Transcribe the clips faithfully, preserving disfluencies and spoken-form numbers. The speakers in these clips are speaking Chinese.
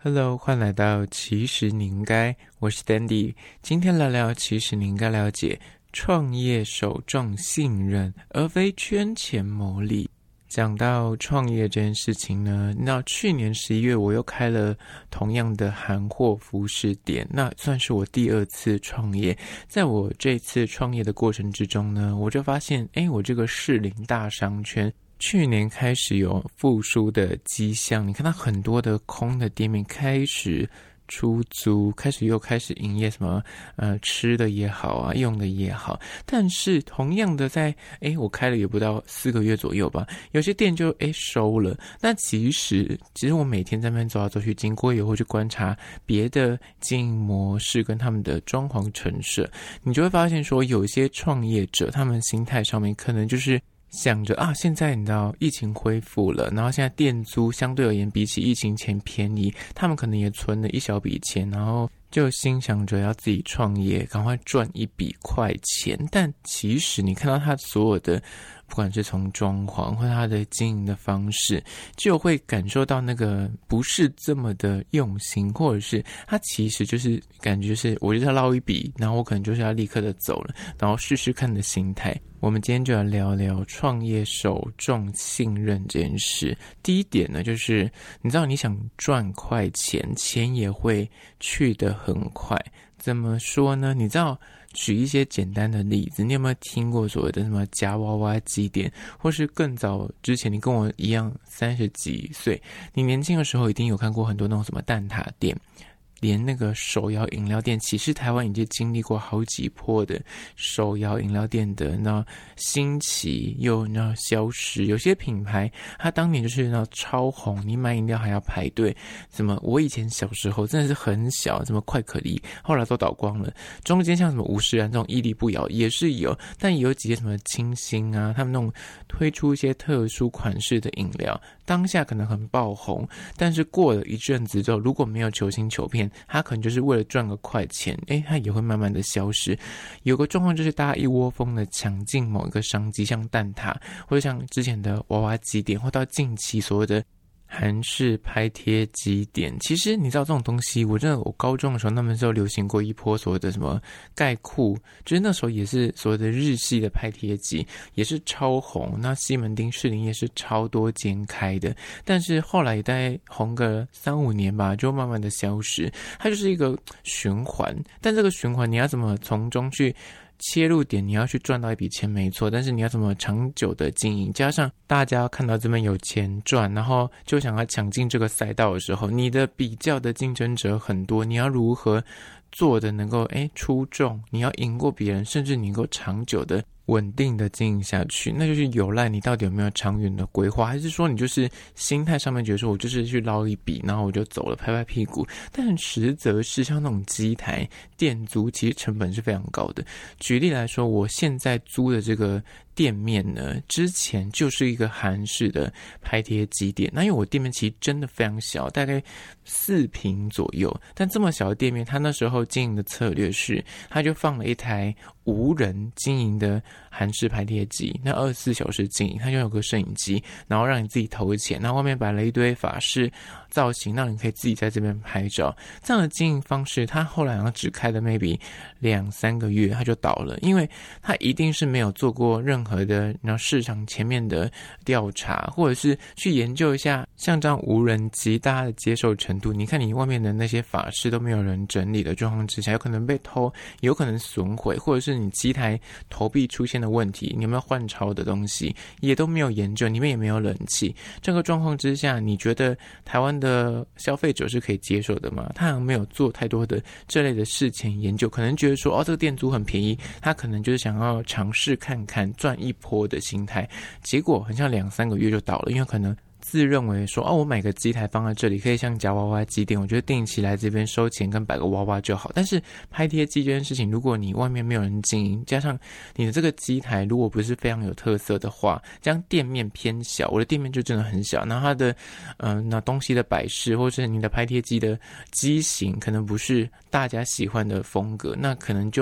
Hello， 欢迎来到其实你应该，我是 Dandy， 今天来聊其实你应该了解，创业首重信任，而非圈钱牟利。讲到创业这件事情呢，那去年十一月我又开了同样的韩货服饰店，那算是我第二次创业。在我这次创业的过程之中呢，我就发现，诶，我这个士林大商圈去年开始有复苏的迹象，你看到很多的空的店面开始出租，开始又开始营业，什么呃吃的也好啊，用的也好。但是同样的在，在诶我开了也不到四个月左右吧，有些店就诶收了。那其实其实我每天在那边走来走去，经过也会去观察别的经营模式跟他们的装潢陈设，你就会发现说，有一些创业者他们心态上面可能就是想着啊，现在你知道疫情恢复了，然后现在店租相对而言比起疫情前便宜，他们可能也存了一小笔钱，然后就心想着要自己创业，赶快赚一笔快钱。但其实你看到他所有的，不管是从装潢或他的经营的方式，就会感受到那个不是这么的用心，或者是他其实就是感觉是我就是要捞一笔，然后我可能就是要立刻的走了，然后试试看的心态。我们今天就来聊聊创业首重信任这件事。第一点呢，就是你知道你想赚快钱，钱也会去得很快。怎么说呢？你知道举一些简单的例子，你有没有听过所谓的什么夹娃娃机店，或是更早之前你跟我一样三十几岁，你年轻的时候一定有看过很多那种什么蛋挞店，连那个手摇饮料店，其实台湾已经经历过好几波的手摇饮料店的那兴起又那消失。有些品牌它当年就是那超红，你买饮料还要排队。什么我以前小时候真的是很小，什么快可丽后来都倒光了。中间像什么五十岚这种屹立不摇也是有，但也有几些什么清新啊，他们那种推出一些特殊款式的饮料，当下可能很爆红，但是过了一阵子之后，如果没有求新求变，他可能就是为了赚个快钱，诶，他也会慢慢的消失。有个状况就是大家一窝蜂的抢进某一个商机，像蛋挞，或者像之前的娃娃机店，或到近期所谓的韩式拍贴机点。其实你知道这种东西，我真的我高中的时候，那么时候流行过一波所谓的什么盖库，就是那时候也是所谓的日系的拍贴机，也是超红。那西门町士林也是超多间开的，但是后来也大概红个三五年吧，就慢慢的消失。它就是一个循环，但这个循环你要怎么从中去切入点，你要去赚到一笔钱没错，但是你要怎么长久的经营，加上大家看到这边有钱赚，然后就想要抢进这个赛道的时候，你的比较的竞争者很多，你要如何做的能够诶出众，你要赢过别人，甚至你能够长久的稳定的经营下去，那就是有赖你到底有没有长远的规划，还是说你就是心态上面觉得说我就是去捞一笔，然后我就走了，拍拍屁股。但实则是像那种机台店租，其实成本是非常高的。举例来说，我现在租的这个店面呢，之前就是一个韩式的拍贴机店。那因为我店面其实真的非常小，大概四坪左右，但这么小的店面，他那时候经营的策略是，他就放了一台无人经营的韩式拍贴机，那二十四小时经营，它就有个摄影机，然后让你自己投钱，然后外面摆了一堆法式造型，让你可以自己在这边拍照。这样的经营方式，他后来好像只开了 maybe 两三个月，他就倒了，因为他一定是没有做过任何的然后市场前面的调查，或者是去研究一下像这样无人机大家的接受程度。你看你外面的那些法式都没有人整理的状况之下，有可能被偷，有可能损毁，或者是你机台投币出现的问题，你有没有换钞的东西也都没有研究，里面也没有冷气。这个状况之下，你觉得台湾的消费者是可以接受的吗？他好像没有做太多的这类的事前研究，可能觉得说哦这个店租很便宜，他可能就是想要尝试看看赚一波的心态，结果很像两三个月就倒了，因为可能自认为说哦，我买个机台放在这里可以像夹娃娃机店，我觉得定期来这边收钱跟摆个娃娃就好。但是拍贴机这件事情，如果你外面没有人经营，加上你的这个机台如果不是非常有特色的话，这样店面偏小，我的店面就真的很小，然后它的嗯、呃，那东西的摆饰或是你的拍贴机的机型可能不是大家喜欢的风格，那可能就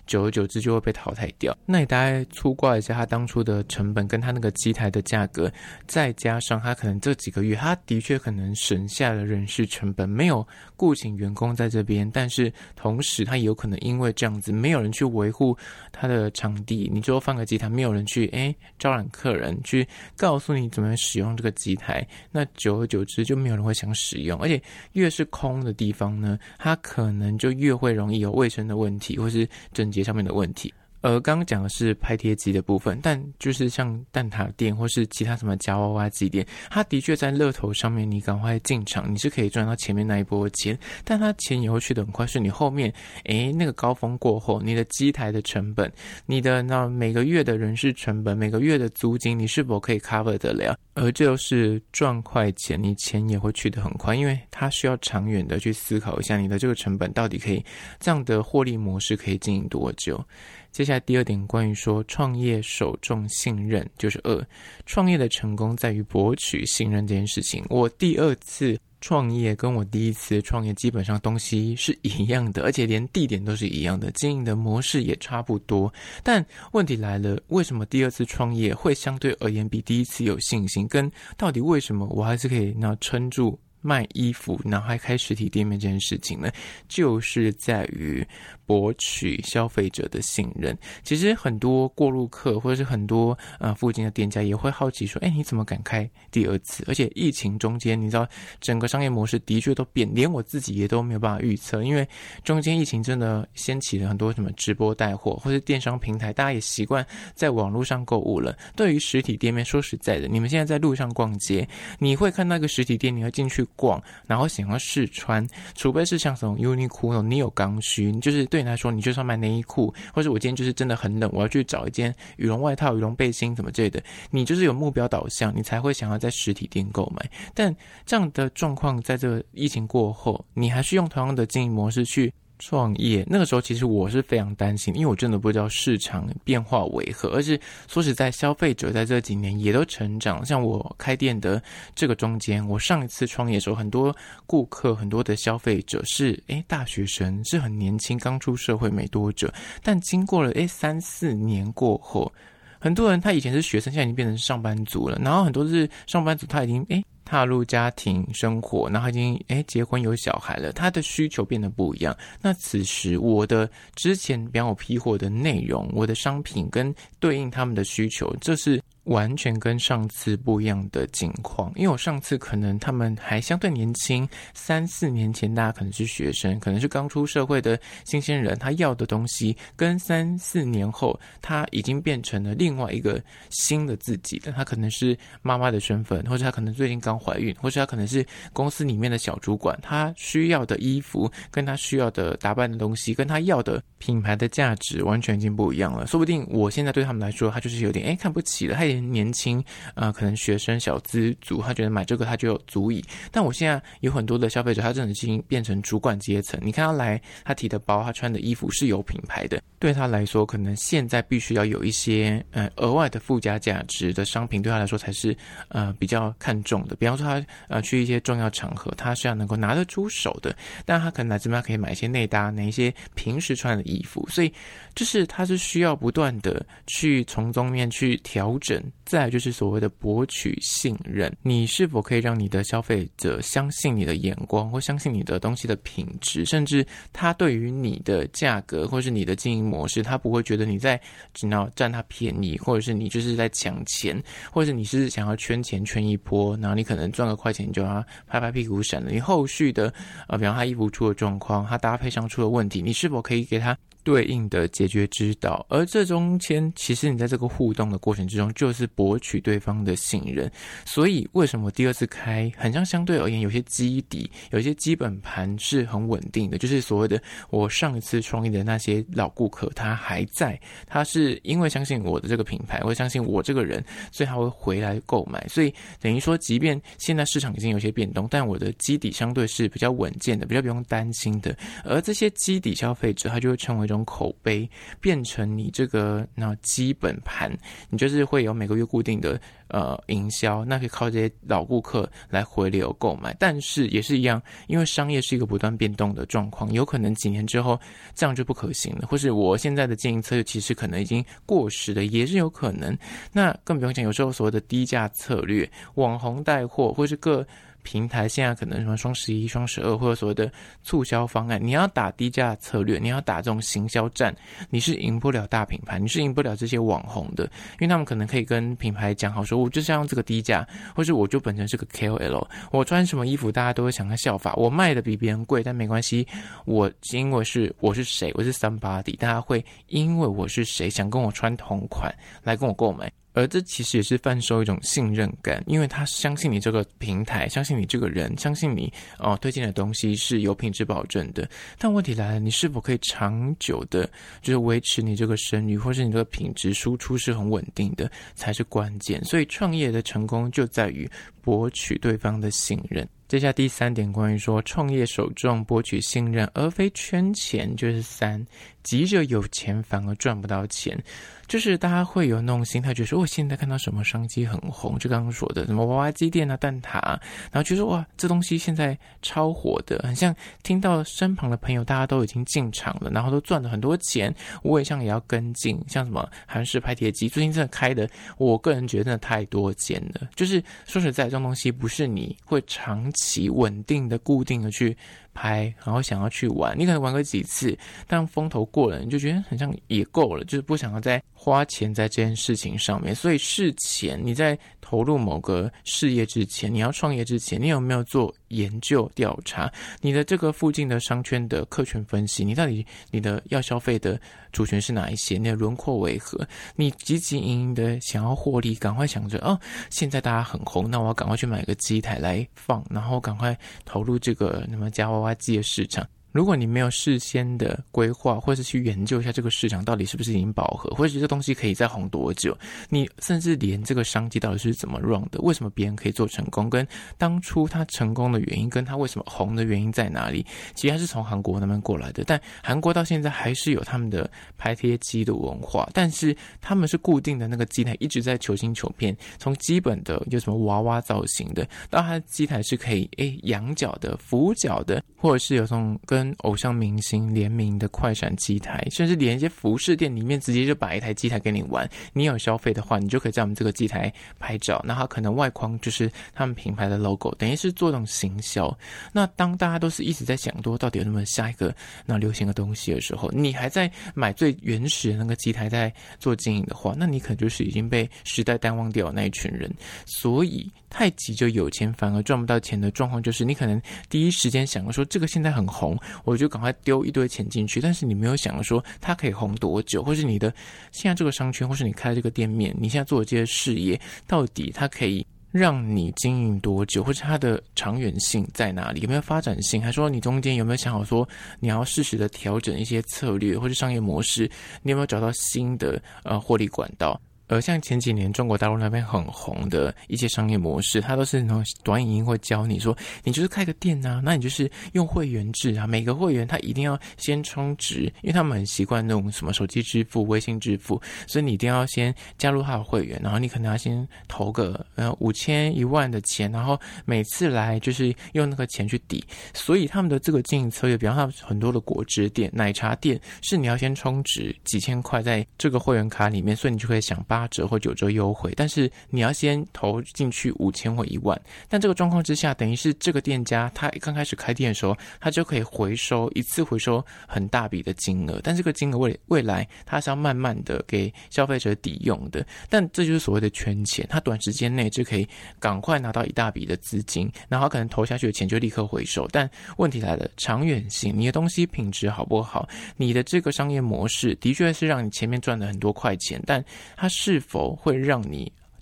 久而久之就会被淘汰掉。那你大概粗挂一下他当初的成本跟他那个机台的价格，再加上他可能这几个月他的确可能省下了人事成本，没有雇请员工在这边，但是同时他也有可能因为这样子没有人去维护他的场地，你最后放个机台没有人去诶招揽客人去告诉你怎么使用这个机台，那久而久之就没有人会想使用，而且越是空的地方呢，它可能就越会容易有卫生的问题或是整洁上面的问题。而刚刚讲的是拍贴机的部分，但就是像蛋挞店或是其他什么夹娃娃机店，它的确在乐头上面你赶快进场你是可以赚到前面那一波钱，但它钱也会去得很快，是你后面诶那个高峰过后，你的机台的成本，你的那每个月的人事成本，每个月的租金，你是否可以 cover 得了？而这就是赚快钱，你钱也会去得很快，因为它需要长远的去思考一下你的这个成本到底可以这样的获利模式可以经营多久。接下来第二点，关于说创业首重信任，就是二，创业的成功在于博取信任这件事情。我第二次创业跟我第一次创业基本上东西是一样的，而且连地点都是一样的，经营的模式也差不多。但问题来了，为什么第二次创业会相对而言比第一次有信心？跟到底为什么我还是可以那撑住卖衣服然后还开实体店面这件事情呢？就是在于博取消费者的信任。其实很多过路客或者是很多呃附近的店家也会好奇说，哎，你怎么敢开第二次？而且疫情中间你知道整个商业模式的确都变，连我自己也都没有办法预测，因为中间疫情真的掀起了很多什么直播带货或是电商平台，大家也习惯在网络上购物了。对于实体店面，说实在的，你们现在在路上逛街，你会看到一个实体店，你会进去逛，然后想要试穿，除非是像什么 Uniqlo 你有刚需，你就是对你来说你就是要买内衣裤，或者我今天就是真的很冷，我要去找一件羽绒外套、羽绒背心什么之类的，你就是有目标导向，你才会想要在实体店购买。但这样的状况在这个疫情过后，你还是用同样的经营模式去创业，那个时候其实我是非常担心，因为我真的不知道市场变化为何，而是说实在消费者在这几年也都成长，像我开店的这个中间，我上一次创业的时候，很多顾客很多的消费者是诶大学生，是很年轻刚出社会没多久，但经过了诶三四年过后，很多人他以前是学生，现在已经变成上班族了，然后很多是上班族他已经诶踏入家庭生活，然后已经诶结婚有小孩了，他的需求变得不一样。那此时我的之前比方我批货的内容，我的商品跟对应他们的需求，这是完全跟上次不一样的境况。因为我上次可能他们还相对年轻，三四年前大家可能是学生，可能是刚出社会的新鲜人，他要的东西跟三四年后他已经变成了另外一个新的自己的，他可能是妈妈的身份，或者他可能最近刚怀孕，或者他可能是公司里面的小主管，他需要的衣服跟他需要的打扮的东西跟他要的品牌的价值完全已经不一样了。说不定我现在对他们来说他就是有点诶看不起了，他也年轻呃，可能学生小资族，他觉得买这个他就有足以。但我现在有很多的消费者，他真的已经变成主管阶层，你看他来，他提的包，他穿的衣服是有品牌的，对他来说可能现在必须要有一些呃额外的附加价值的商品，对他来说才是呃比较看重的。比方说他呃去一些重要场合，他是要能够拿得出手的，但他可能来这边可以买一些内搭，买一些平时穿的衣服，所以就是他是需要不断的去从中面去调整。再来就是所谓的博取信任，你是否可以让你的消费者相信你的眼光，或相信你的东西的品质，甚至他对于你的价格或是你的经营模式，他不会觉得你在只要占他便宜，或者是你就是在抢钱，或者是你是想要圈钱圈一波，然后你可能赚个块钱你就要拍拍屁股闪了。你后续的呃，比方他衣服出了状况，他搭配上出了问题，你是否可以给他对应的解决之道？而这中间其实你在这个互动的过程之中，就是博取对方的信任。所以为什么第二次开很像相对而言有些基底，有些基本盘是很稳定的，就是所谓的我上一次创业的那些老顾客他还在，他是因为相信我的这个品牌，会相信我这个人，所以他会回来购买。所以等于说即便现在市场已经有些变动，但我的基底相对是比较稳健的，比较不用担心的。而这些基底消费者他就会成为种口碑变成你这个那基本盘，你就是会有每个月固定的呃营销，那可以靠这些老顾客来回流购买。但是也是一样，因为商业是一个不断变动的状况，有可能几年之后这样就不可行了，或是我现在的经营策略其实可能已经过时了，也是有可能。那更不用讲，有时候所谓的低价策略、网红带货，或是各平台现在可能什么双十一、双十二，或者所谓的促销方案，你要打低价策略，你要打这种行销战，你是赢不了大品牌，你是赢不了这些网红的，因为他们可能可以跟品牌讲好说，我就是要用这个低价，或是我就本身是个 K O L， 我穿什么衣服大家都会想要效法，我卖的比别人贵，但没关系，我因为是我是谁，我是 somebody， 大家会因为我是谁想跟我穿同款来跟我购买。而这其实也是贩售一种信任感，因为他相信你这个平台，相信你这个人，相信你哦推荐的东西是有品质保证的。但问题来了，你是否可以长久的，就是维持你这个声誉，或是你这个品质输出是很稳定的，才是关键。所以创业的成功就在于博取对方的信任。接下来第三点，关于说创业首重博取信任，而非圈钱，就是三，急着有钱反而赚不到钱。就是大家会有那种心态，觉得说我现在看到什么商机很红，就刚刚说的什么娃娃机店啊、蛋挞啊，然后觉得哇，这东西现在超火的，很像听到身旁的朋友大家都已经进场了，然后都赚了很多钱，我也像也要跟进。像什么韩式拍贴机，最近真的开的，我个人觉得真的太多间了。就是说实在，这种东西不是你会长期稳定的、固定的去拍，然后想要去玩，你可能玩个几次，但风头过了，你就觉得很像也够了，就是不想要再花钱在这件事情上面。所以事前你在投入某个事业之前，你要创业之前，你有没有做研究调查？你的这个附近的商圈的客群分析，你到底你的要消费的族群是哪一些？你的轮廓为何？你积极营营的想要获利，赶快想着哦，现在大家很红，那我要赶快去买个机台来放，然后赶快投入这个什么夹娃娃机的市场。如果你没有事先的规划，或是去研究一下这个市场到底是不是已经饱和，或者是这东西可以再红多久，你甚至连这个商机到底是怎么 run 的，为什么别人可以做成功，跟当初他成功的原因，跟他为什么红的原因在哪里，其实他是从韩国那边过来的。但韩国到现在还是有他们的拍贴机的文化，但是他们是固定的那个机台一直在求新求变，从基本的有什么娃娃造型的，到它的机台是可以诶仰角的、俯角的，或者是有这种跟偶像明星联名的快闪机台，甚至连一些服饰店里面直接就摆一台机台给你玩，你有消费的话，你就可以在我们这个机台拍照，那它可能外框就是他们品牌的 logo， 等于是做这种行销。那当大家都是一直在想多到底有没有下一个那流行的东西的时候，你还在买最原始的那个机台在做经营的话，那你可能就是已经被时代淡忘掉的那一群人。所以太急就有钱反而赚不到钱的状况，就是你可能第一时间想说这个现在很红，我就赶快丢一堆钱进去，但是你没有想说它可以红多久，或是你的现在这个商圈，或是你开这个店面，你现在做的这些事业，到底它可以让你经营多久，或是它的长远性在哪里，有没有发展性，还说你中间有没有想好说你要适时的调整一些策略或是商业模式，你有没有找到新的呃获利管道。而像前几年中国大陆那边很红的一些商业模式，它都是那种短影音会教你说，你就是开个店啊，那你就是用会员制啊，每个会员他一定要先充值，因为他们很习惯那种什么手机支付、微信支付，所以你一定要先加入他的会员，然后你可能要先投个呃五千一万的钱，然后每次来就是用那个钱去抵。所以他们的这个经营策略，比方他们很多的果汁店、奶茶店，是你要先充值几千块在这个会员卡里面，所以你就可以享八折或九折优惠，但是你要先投进去五千或一万。但这个状况之下，等于是这个店家他刚开始开店的时候，他就可以回收一次回收很大笔的金额，但这个金额未未来他是要慢慢的给消费者抵用的。但这就是所谓的圈钱，他短时间内就可以赶快拿到一大笔的资金，然后他可能投下去的钱就立刻回收。但问题来了，长远性，你的东西品质好不好，你的这个商业模式的确是让你前面赚了很多块钱，但它是否会让你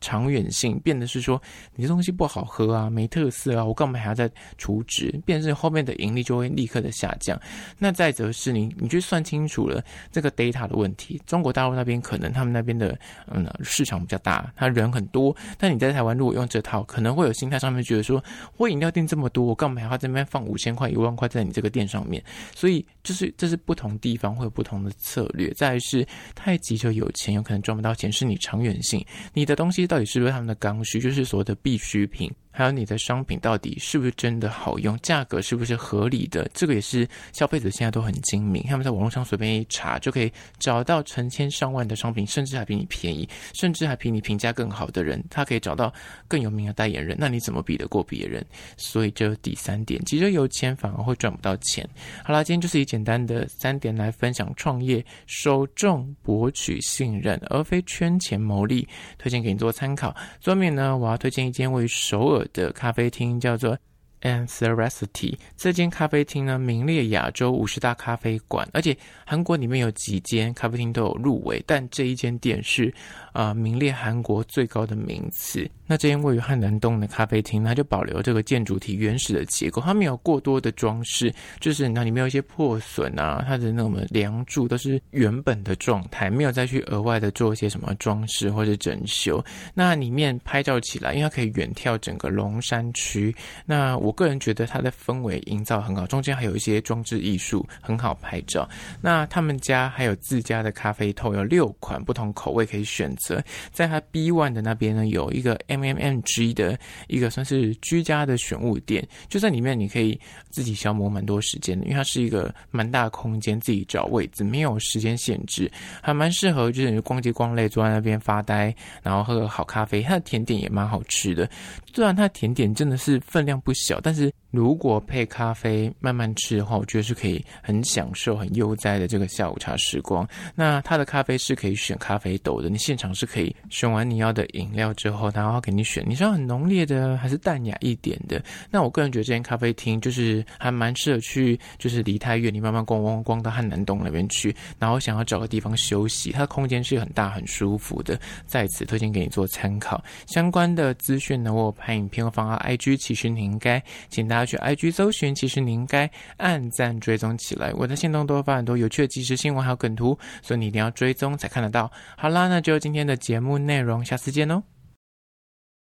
长远性，变得是说你这东西不好喝啊，没特色啊，我干嘛还要再除值，变成是后面的盈利就会立刻的下降。那再则是你你去算清楚了这个 data 的问题，中国大陆那边可能他们那边的嗯市场比较大，他人很多，但你在台湾如果用这套，可能会有心态上面觉得说，我饮料店这么多，我干嘛还要在那边放五千块一万块在你这个店上面？所以就是这是不同地方会有不同的策略。再来是太急着有钱，有可能赚不到钱，是你长远性，你的东西到底是不是他们的刚需，就是所谓的必需品，还有你的商品到底是不是真的好用，价格是不是合理的，这个也是消费者现在都很精明，他们在网络上随便一查就可以找到成千上万的商品，甚至还比你便宜，甚至还比你评价更好的人，他可以找到更有名的代言人，那你怎么比得过别人？所以这是第三点，急着有钱反而会赚不到钱。好啦，今天就是以简单的三点来分享创业，首重博取信任而非圈钱牟利，推荐给你做参考。最后面呢，我要推荐一间位于首尔的咖啡厅，叫做Antheracity。 这间咖啡厅呢名列亚洲五十大咖啡馆，而且韩国里面有几间咖啡厅都有入围，但这一间店是呃名列韩国最高的名次。那这间位于汉南洞的咖啡厅，它就保留这个建筑体原始的结构，它没有过多的装饰，就是那里面有一些破损啊，它的那种梁柱都是原本的状态，没有再去额外的做一些什么装饰或者整修。那里面拍照起来，因为它可以远眺整个龙山区，那我个人觉得它的氛围营造很好，中间还有一些装置艺术，很好拍照。那他们家还有自家的咖啡豆，有六款不同口味可以选择。在它 B 一 的那边呢，有一个 M M M G 的一个算是居家的选物店，就在里面你可以自己消磨蛮多时间的，因为它是一个蛮大的空间，自己找位置，没有时间限制，还蛮适合就是你逛街逛累坐在那边发呆，然后喝个好咖啡。它的甜点也蛮好吃的，虽然它的甜点真的是分量不小，但是如果配咖啡慢慢吃的话，我觉得是可以很享受很悠哉的这个下午茶时光。那它的咖啡是可以选咖啡豆的，你现场是可以选完你要的饮料之后，然后给你选你是要很浓烈的还是淡雅一点的。那我个人觉得这间咖啡厅就是还蛮适合去就是梨泰院，你慢慢逛逛逛到汉南洞那边去，然后想要找个地方休息，它的空间是很大很舒服的，在此推荐给你做参考。相关的资讯呢，我有拍影片会放到 I G， 其实你应该请大家去 I G 搜寻，其实你应该按赞追踪起来，我的限动都会发很多有趣的即时新闻还有梗图，所以你一定要追踪才看得到。好啦，那就今天的节目内容，下次见哦。